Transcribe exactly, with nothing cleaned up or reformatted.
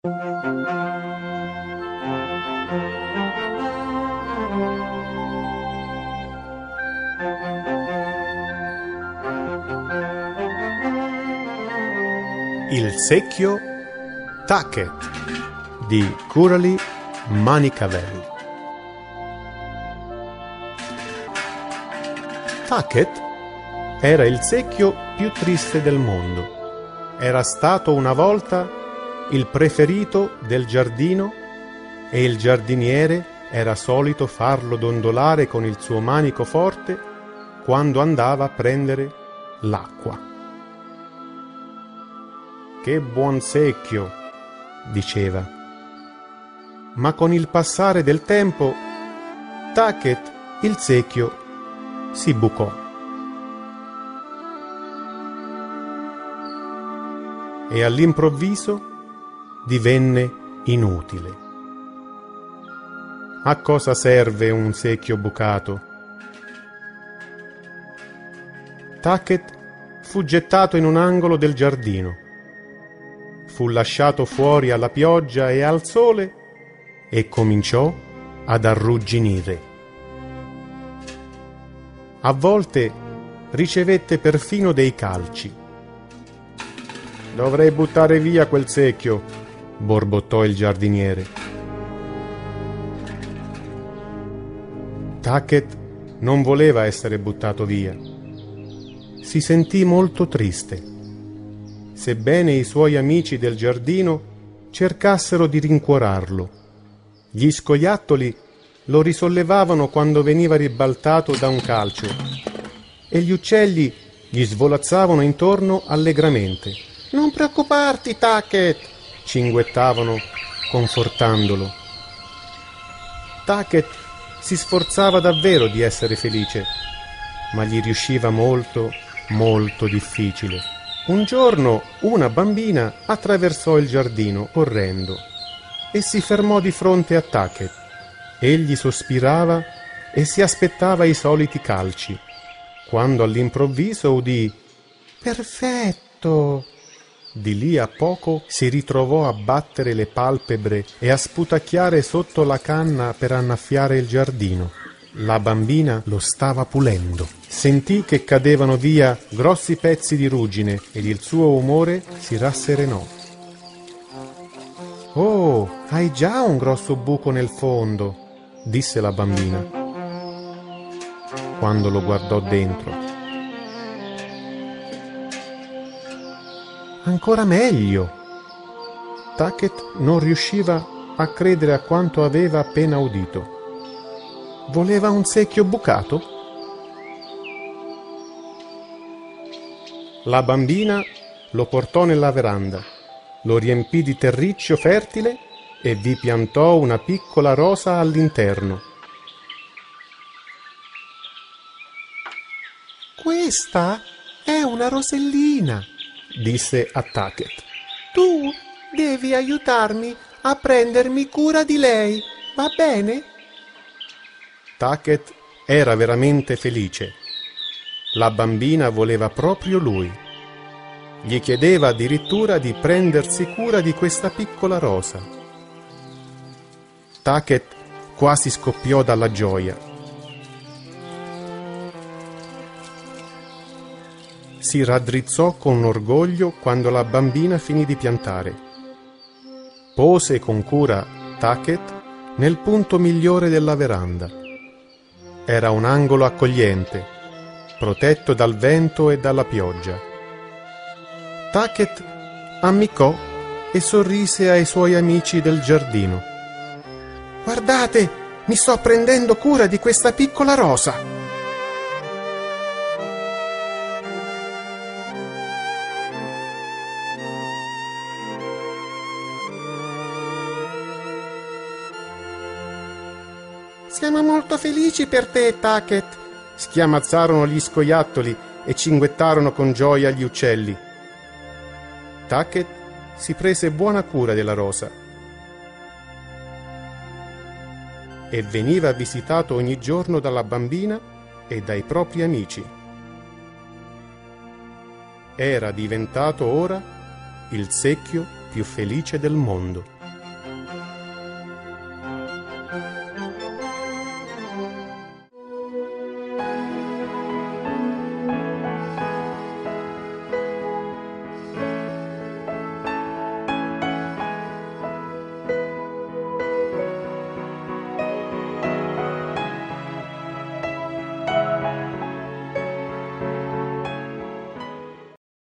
Il secchio Tucket di Coralie Manicavel. Tucket era il secchio più triste del mondo. Era stato una volta il preferito del giardino e il giardiniere era solito farlo dondolare con il suo manico forte quando andava a prendere l'acqua. «Che buon secchio!» diceva. Ma con il passare del tempo, Tucket, il secchio, si bucò. E all'improvviso divenne inutile. A cosa serve un secchio bucato? Tucket fu gettato in un angolo del giardino. Fu lasciato fuori alla pioggia e al sole e cominciò ad arrugginire. A volte ricevette perfino dei calci. «Dovrei buttare via quel secchio», borbottò il giardiniere. Tucket non voleva essere buttato via. Si sentì molto triste. Sebbene i suoi amici del giardino cercassero di rincuorarlo. Gli scoiattoli lo risollevavano quando veniva ribaltato da un calcio e gli uccelli gli svolazzavano intorno allegramente. «Non preoccuparti, Tucket!» cinguettavano, confortandolo. Tucket si sforzava davvero di essere felice, ma gli riusciva molto, molto difficile. Un giorno una bambina attraversò il giardino correndo e si fermò di fronte a Tucket. Egli sospirava e si aspettava i soliti calci, quando all'improvviso udì «Perfetto!». Di lì a poco si ritrovò a battere le palpebre e a sputacchiare sotto la canna per annaffiare il giardino. La bambina lo stava pulendo. Sentì che cadevano via grossi pezzi di ruggine ed il suo umore si rasserenò. «Oh, hai già un grosso buco nel fondo», disse la bambina, quando lo guardò dentro. «Ancora meglio!» Tucket non riusciva a credere a quanto aveva appena udito. Voleva un secchio bucato? La bambina lo portò nella veranda, lo riempì di terriccio fertile e vi piantò una piccola rosa all'interno. «Questa è una rosellina», disse a Tucket. «Tu devi aiutarmi a prendermi cura di lei, va bene?» Tucket era veramente felice. La bambina voleva proprio lui. Gli chiedeva addirittura di prendersi cura di questa piccola rosa. Tucket quasi scoppiò dalla gioia. Si raddrizzò con orgoglio quando la bambina finì di piantare. Pose con cura Tucket nel punto migliore della veranda. Era un angolo accogliente, protetto dal vento e dalla pioggia. Tucket ammiccò e sorrise ai suoi amici del giardino. «Guardate, mi sto prendendo cura di questa piccola rosa!» «Siamo molto felici per te, Tucket!» schiamazzarono gli scoiattoli e cinguettarono con gioia gli uccelli. Tucket si prese buona cura della rosa e veniva visitato ogni giorno dalla bambina e dai propri amici. Era diventato ora il secchio più felice del mondo.